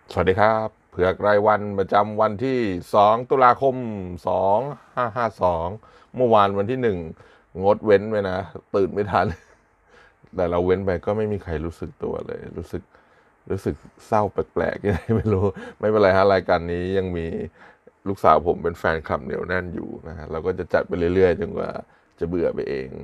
สวัสดีครับเผือกรายวันประจำวันที่2ตุลาคม2552เมื่อวานวันที่1งดเว้นไว้นะตื่นไม่ทันแต่เราเว้นไปก็ไม่มีใครรู้สึกตัวเลยรู้สึกเศร้าแปลกๆยังไงไม่รู้ไม่เป็นไรฮะรายการนี้ยังมีลูกสาวผมเป็นแฟนคลับเหนียวแน่นอยู่นะฮะเราก็จะจัดไปเรื่อยๆจนกว่าจะเบื่อไปเอง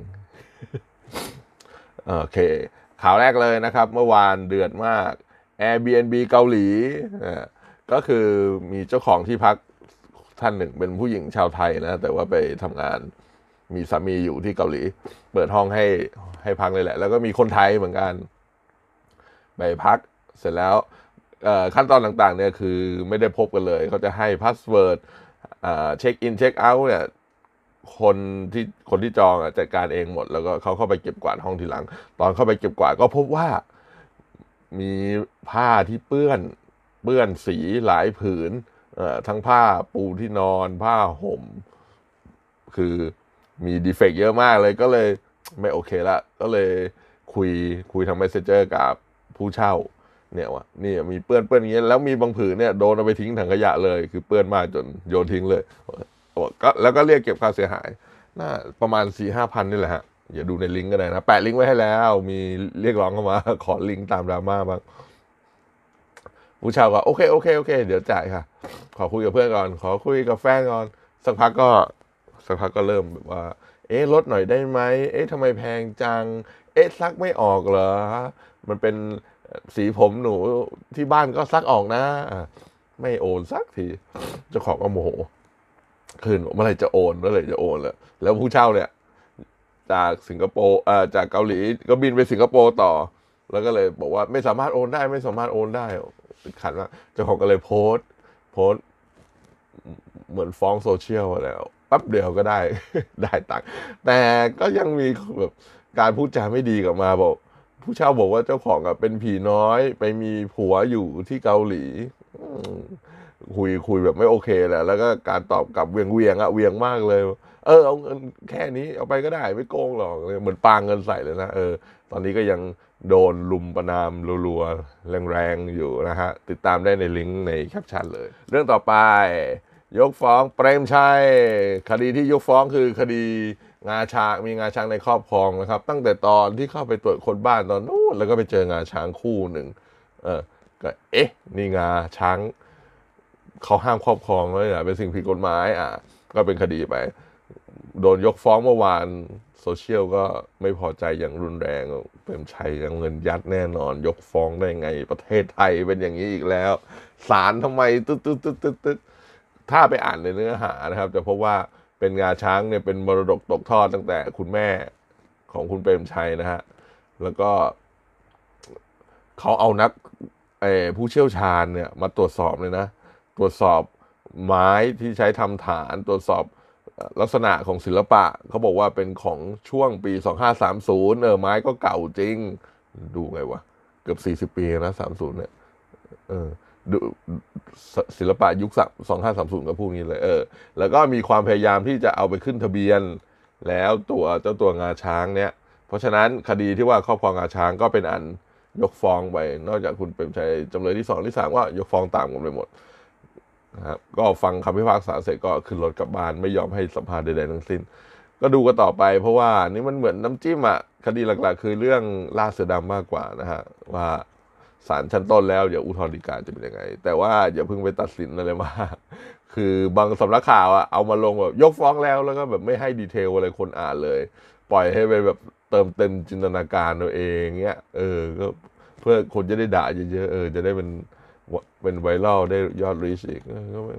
โอเคข่าวแรกเลยนะครับเมื่อวานเดือดมาก Airbnb เกาหลีอ่าก็คือมีเจ้าของที่พักท่านหนึ่งเป็นผู้หญิงชาวไทยนะแต่ว่าไปทำงานมีสามีอยู่ที่เกาหลีเปิดห้องให้พักเลยแหละแล้วก็มีคนไทยเหมือนกันไปพักเสร็จแล้วขั้นตอนต่างๆเนี่ยคือไม่ได้พบกันเลยเขาจะให้พาสเวิร์ดเช็คอินเช็คเอาท์เนี่ยคนคนที่จองจัดการเองหมดแล้วก็เขาเข้าไปเก็บกวาดห้องทีหลังตอนเข้าไปเก็บกวาดก็พบว่ามีผ้าที่เปื้อนสีหลายผืนทั้งผ้าปูที่นอนผ้าห่มคือมีดีเฟกต์เยอะมากเลยก็เลยไม่โอเคละก็เลยคุยคุยทาง Messenger กับผู้เช่าเนี่ยว่านี่มีเปื้อนอย่างเงี้ยแล้วมีบางผืนเนี่ยโดนเอาไปทิ้งถังขยะเลยคือเปื้อนมากจนโยนทิ้งเลยก็แล้วก็เรียกเก็บค่าเสียหายน่าประมาณ4-5 พันนี่แหละฮะอย่าดูในลิงก์ก็ได้นะแปะลิงก์ไว้ให้แล้วมีเรียกร้องเข้ามาขอลิงก์ตามดราม่าบ้างผู้เช่าก็โอเคเดี๋ยวจ่ายค่ะขอคุยกับเพื่อนก่อนขอคุยกับแฟนก่อนสักพักก็สักพักก็เริ่มแบบว่าลดหน่อยได้ไหมทำไมแพงจังซักไม่ออกเหรอมันเป็นสีผมหนูที่บ้านก็ซักออกนะไม่โอนสักทีเจ้าของก็โมโหคืนเมื่อไหร่จะโอนเมื่อไหร่จะโอนแล้วผู้เช่าเนี่ยจากสิงคโปร์จากเกาหลีก็บินไปสิงคโปร์ต่อแล้วก็เลยบอกว่าไม่สามารถโอนได้ไม่สามารถโอนได้ติดขัดมากเจ้าของก็เลยโพสต์เหมือนฟ้องโซเชียลแล้วปั๊บเดียวก็ได้ได้ตังค์แต่ก็ยังมีแบบการพูดจาไม่ดีกลับมาบอกผู้เช่าบอกว่าเจ้าของเป็นผีน้อยไปมีผัวอยู่ที่เกาหลีอืมคุยแบบไม่โอเคแหละแล้วก็การตอบกลับเวียงมากเลยเอาเงินแค่นี้เอาไปก็ได้ไม่โกงหรอกเหมือนปาเงินใส่เลยนะตอนนี้ก็ยังโดนลุมประนามรัวๆแรงๆอยู่นะฮะติดตามได้ในลิงก์ในแคปชั่นเลยเรื่องต่อไปยกฟ้องเปรมชัยคดีที่ยกฟ้องคือคดีงาช้างมีงาช้างในครอบครองนะครับตั้งแต่ตอนที่เข้าไปตรวจคนบ้านตอนนู้นแล้วก็ไปเจองาช้างคู่หนึ่งเออก็นี่งาช้างเขาห้ามครอบครองเลยเป็นสิ่งผิดกฎหมายก็เป็นคดีไปโดนยกฟ้องเมื่อวานโซเชียลก็ไม่พอใจอย่างรุนแรงเปรมชัยเอาเงินยัดแน่นอนยกฟ้องได้ไงประเทศไทยเป็นอย่างนี้อีกแล้วศาลทำไมตึ๊ดถ้าไปอ่านในเนื้อหานะครับจะพบว่าเป็นงาช้างเนี่ยเป็นมรดกตกทอดตั้งแต่คุณแม่ของคุณเปรมชัยนะฮะแล้วก็เขาเอานักผู้เชี่ยวชาญเนี่ยมาตรวจสอบเลยนะตรวจสอบไม้ที่ใช้ทำฐานตรวจสอบลักษณะของศิลปะเขาบอกว่าเป็นของช่วงปี2530ไม้ก็เก่าจริงดูไงวะเกือบ40 ปีนะ30เนี่ยเออดูศิลปะยุค2530ก็พูดงี้เลยแล้วก็มีความพยายามที่จะเอาไปขึ้นทะเบียนแล้วเจ้าตัวงาช้างเนี่ยเพราะฉะนั้นคดีที่ว่าครอบครองงาช้างก็เป็นอันยกฟ้องไปนอกจากคุณเปรมชัยจำเลยที่2ที่3ว่ายกฟ้องตามกันไปหมดนะครับก็ฟังคำพิพากษาเสร็จก็ขึ้นรถกลับบ้านไม่ยอมให้สัมภาษณ์ใดๆทั้งสิ้นก็ดูกันต่อไปเพราะว่านี่มันเหมือนน้ำจิ้มคดีหลักๆคือเรื่องล่าเสือดำมากกว่านะฮะว่าศาลชั้นต้นแล้วเดี๋ยวอุทธรณ์ฎีกาจะเป็นยังไงแต่ว่าอย่าเพิ่งไปตัดสินอะไรมากคือบางสำนักข่าวเอามาลงแบบยกฟ้องแล้วก็แบบไม่ให้ดีเทลอะไรคนอ่านเลยปล่อยให้ไปแบบเติมเต็มจินตนาการตัวเองเงี้ยก็เพื่อคนจะได้ด่าเยอะๆจะได้เป็นไวรัลได้ยอดรีชอีก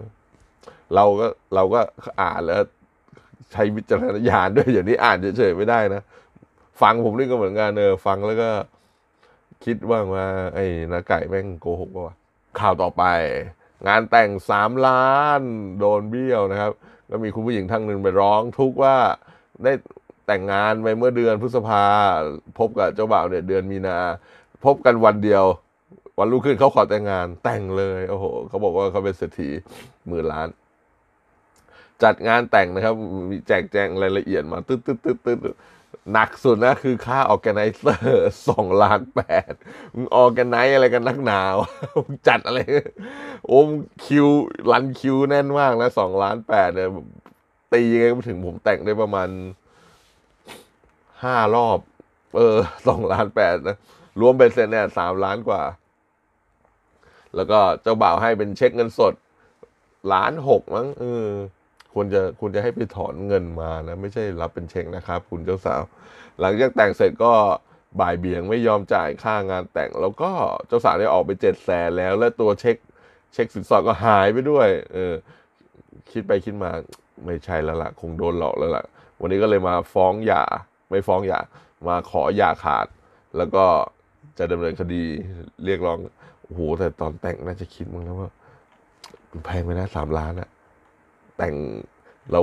เราก็อ่านแล้วใช้วิจารณญาณด้วยอย่างนี้อ่านเฉยๆไม่ได้นะฟังผมนี่ก็เหมือนกันฟังแล้วก็คิดว่าไอ้นาไก่แม่งโกหกป่าวะข่าวต่อไปงานแต่ง3 ล้านโดนเบี้ยวนะครับก็มีคุณผู้หญิงท่านหนึ่งไปร้องทุกข์ว่าได้แต่งงานไปเมื่อเดือนพฤษภาพบกับเจ้าบ่าวเนี่ยเดือนมีนาพบกันวันเดียววันรุ่งขึ้นเขาขอแต่งงานแต่งเลยโอ้โหเขาบอกว่าเขาเป็นเศรษฐี10,000 ล้านจัดงานแต่งนะครับมีแจกแจงรายละเอียดมาตึ๊ดหนักสุดนะคือค่าออแกไนเซอร์2,800,000มึงออแกไนอะไรกันนักหนาวมึงจัดอะไรโอ้มคิวรันคิวแน่นมากนะ2,800,000เนี่ยตียังไงก็ถึงผมแต่งได้ประมาณ5 รอบ2,800,000นะรวมเป็นเสร็จเนี่ย3 ล้านกว่าแล้วก็เจ้าบ่าวให้เป็นเช็คเงินสด1,600,000มั้งควรจะให้ไปถอนเงินมานะไม่ใช่รับเป็นเช็คนะครับคุณเจ้าสาวหลังจากแต่งเสร็จก็บ่ายเบี่ยงไม่ยอมจ่ายค่างานแต่งแล้วก็เจ้าสาวได้ออกไป700,000แล้วและตัวเช็คสินสอดก็หายไปด้วยคิดไปคิดมาไม่ใช่แล้วล่ะคงโดนหลอกแล้วล่ะวันนี้ก็เลยมาฟ้องหย่าไม่ฟ้องหย่ามาขอหย่าขาดแล้วก็จะดำเนินคดีเรียกร้องโอ้โหแต่ตอนแต่งน่าจะคิดมั้งแล้วว่าแพงไปนะ3 ล้านอะแต่งเรา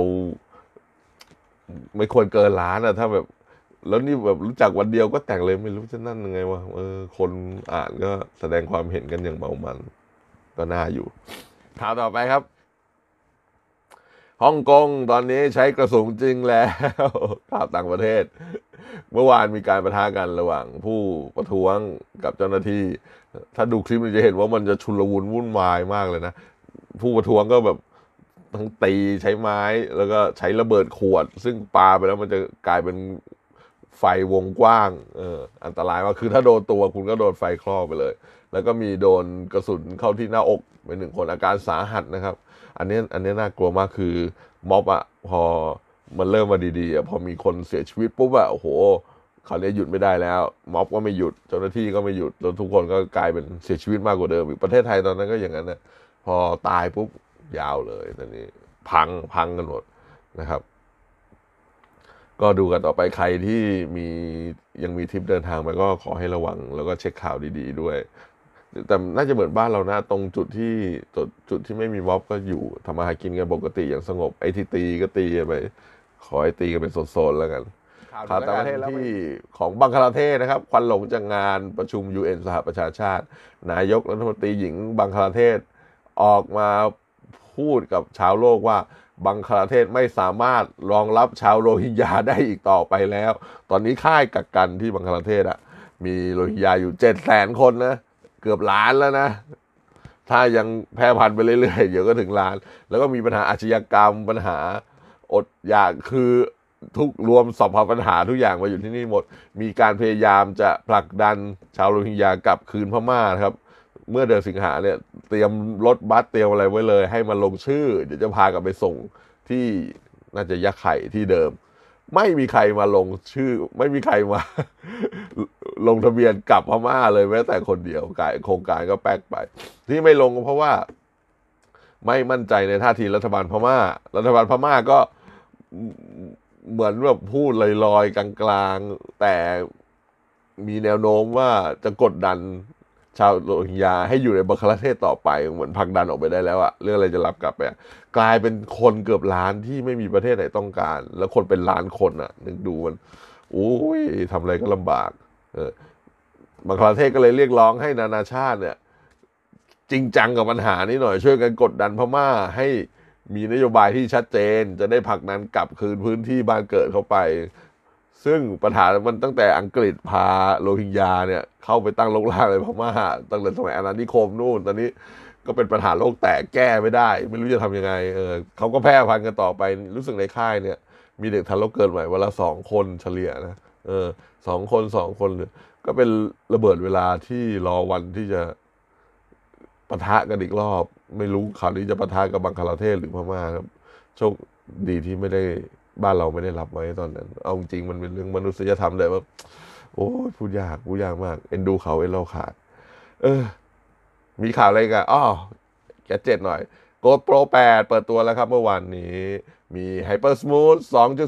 ไม่ควรเกินล้านอะถ้าแบบแล้วนี่แบบรู้จักวันเดียวก็แต่งเลยไม่รู้จะนั่นยังไงวะคนอ่านก็แสดงความเห็นกันอย่างเมามันก็น่าอยู่ข่าวต่อไปครับฮ่องกงตอนนี้ใช้กระสุนจริงแล้วข่าวต่างประเทศเมื่อวานมีการปะทะกันระหว่างผู้ประท้วงกับเจ้าหน้าที่ถ้าดูคลิปมันจะเห็นว่ามันจะชุลมุนวุ่นวายมากเลยนะผู้ประท้วงก็แบบทั้งตีใช้ไม้แล้วก็ใช้ระเบิดขวดซึ่งปาไปแล้วมันจะกลายเป็นไฟวงกว้างอันตรายมากคือถ้าโดนตัวคุณก็โดนไฟคลอกไปเลยแล้วก็มีโดนกระสุนเข้าที่หน้าอกไป1 คนอาการสาหัสนะครับอันนี้น่ากลัวมากคือม็อบอ่ะพอมันเริ่มมาดีๆพอมีคนเสียชีวิตปุ๊บอะโอ้โหคราวนี้หยุดไม่ได้แล้วม็อบก็ไม่หยุดเจ้าหน้าที่ก็ไม่หยุดแล้วทุกคนก็กลายเป็นเสียชีวิตมากกว่าเดิมอีกประเทศไทยตอนนั้นก็อย่างนั้นนะพอตายปุ๊บยาวเลยตอนนี้พังกันหมดนะครับก็ดูกันต่อไปใครที่ยังมีทริปเดินทางไปก็ขอให้ระวังแล้วก็เช็คข่าวดีๆด้วยแต่น่าจะเหมือนบ้านเรานะตรงจุดที่ไม่มีม็อบก็อยู่ทำมาหากินกันปกติอย่างสงบไอ้ที่ตีก็ตีไปขอให้ตีกันเป็นโซนๆแล้วกันข่าวต่างประเทศที่ของบังคลาเทศนะครับควันหลงจากงานประชุม UN สหประชาชาตินายกรัฐมนตรีหญิงบังคลาเทศออกมาพูดกับชาวโลกว่าบังคลาเทศไม่สามารถรองรับชาวโรฮิงญาได้อีกต่อไปแล้วตอนนี้ค่ายกักกันที่บังคลาเทศมีโรฮิงญาอยู่700,000 คนนะเกือบล้านแล้วนะถ้ายังแพร่พันธุ์ไปเรื่อยๆเดี๋ยวก็ถึงล้านแล้วก็มีปัญหาอาชญากรรมปัญหาอดอยากคือทุกรวมสรรพปัญหาทุกอย่างมาอยู่ที่นี่หมดมีการพยายามจะผลักดันชาวโรฮิงญากลับคืนพม่านะครับเมื่อเดือนสิงหาเนี่ยเตรียมรถบัสเตรียมอะไรไว้เลยให้มาลงชื่อเดี๋ยวจะพากลับไปส่งที่น่าจะยะไข่ที่เดิมไม่มีใครมาลงชื่อไม่มีใครมาลงทะเบียนกลับพม่าเลยแม้แต่คนเดียวโครงการก็แป๊กไปที่ไม่ลงก็เพราะว่าไม่มั่นใจในท่าทีรัฐบาลพม่าก็เหมือนแบบพูดลอยๆกลางๆแต่มีแนวโน้มว่าจะกดดันชาวโรฮิงญาให้อยู่ในบังคลาเทศต่อไปเหมือนผลักดันออกไปได้แล้วอะเรื่องอะไรจะรับกลับไปกลายเป็นคนเกือบล้านที่ไม่มีประเทศไหนต้องการ แล้วคนเป็นล้านคนอะนึกดูมันโอ้ยทำอะไรก็ลำบากบังคลาเทศก็เลยเรียกร้องให้นานาชาติเนี่ยจริงจังกับปัญหานี้หน่อยช่วยกันกดดันพม่าให้มีนโยบายที่ชัดเจนจะได้ผลักดันกลับคืนพื้นที่บ้านเกิดเขาไปซึ่งปัญหามันตั้งแต่อังกฤษพาโรฮิงญาเนี่ยเข้าไปตั้งรกรากในพม่าตั้งแต่สมัยอาณานิคมนู่นตอนนี้ก็เป็นปัญหาโลกแตกแก้ไม่ได้ไม่รู้จะทำยังไงเขาก็แพร่พันธุ์กันต่อไปรู้สึกในค่ายเนี่ยมีเด็กทารกเกิดใหม่วันละ2 คนเฉลี่ยนะ2 คนก็เป็นระเบิดเวลาที่รอวันที่จะปะทะกันอีกรอบไม่รู้คราวนี้จะปะทะกับบังคลาเทศหรือพม่าครับโชคดีที่ไม่ได้บ้านเราไม่ได้รับไว้ตอนนั้นเอาจริงมันเป็นเรื่องมนุษยธรรมเลยว่าโอ้ยพูดยากมากเอ็นดูเขาเอ็นเราขาดมีข่าวอะไรกันแกดเจ็ตหน่อย GoPro 8เปิดตัวแล้วครับเมื่อวานนี้มี Hyper Smooth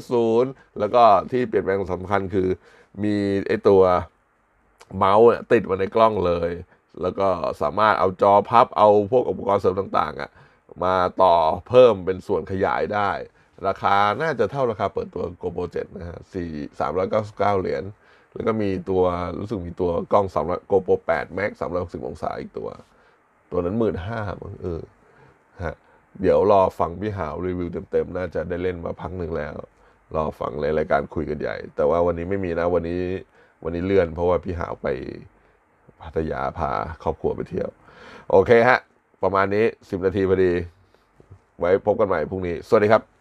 2.0 แล้วก็ที่เปลี่ยนแปลงสำคัญคือมีไอตัวเมาส์ติดมาในกล้องเลยแล้วก็สามารถเอาจอพับเอาพวกอุปกรณ์เสริมต่างๆมาต่อเพิ่มเป็นส่วนขยายได้ราคาน่าจะเท่าราคาเปิดตัว GoPro 7นะฮะ399 เหรียญแล้วก็มีตัวรู้สึกมีตัวกล้องGoPro 8 Max 360 องศาอีกตัวนั้น15,000มั้งฮะเดี๋ยวรอฟังพี่หาวรีวิวเต็มๆน่าจะได้เล่นมาพักหนึ่งแล้วรอฟังในรายการคุยกันใหญ่แต่ว่าวันนี้ไม่มีนะวันนี้เลื่อนเพราะว่าพี่หาวไปพัทยาพาครอบครัวไปเที่ยวโอเคฮะประมาณนี้10 นาทีพอดีไว้พบกันใหม่พรุ่งนี้สวัสดีครับ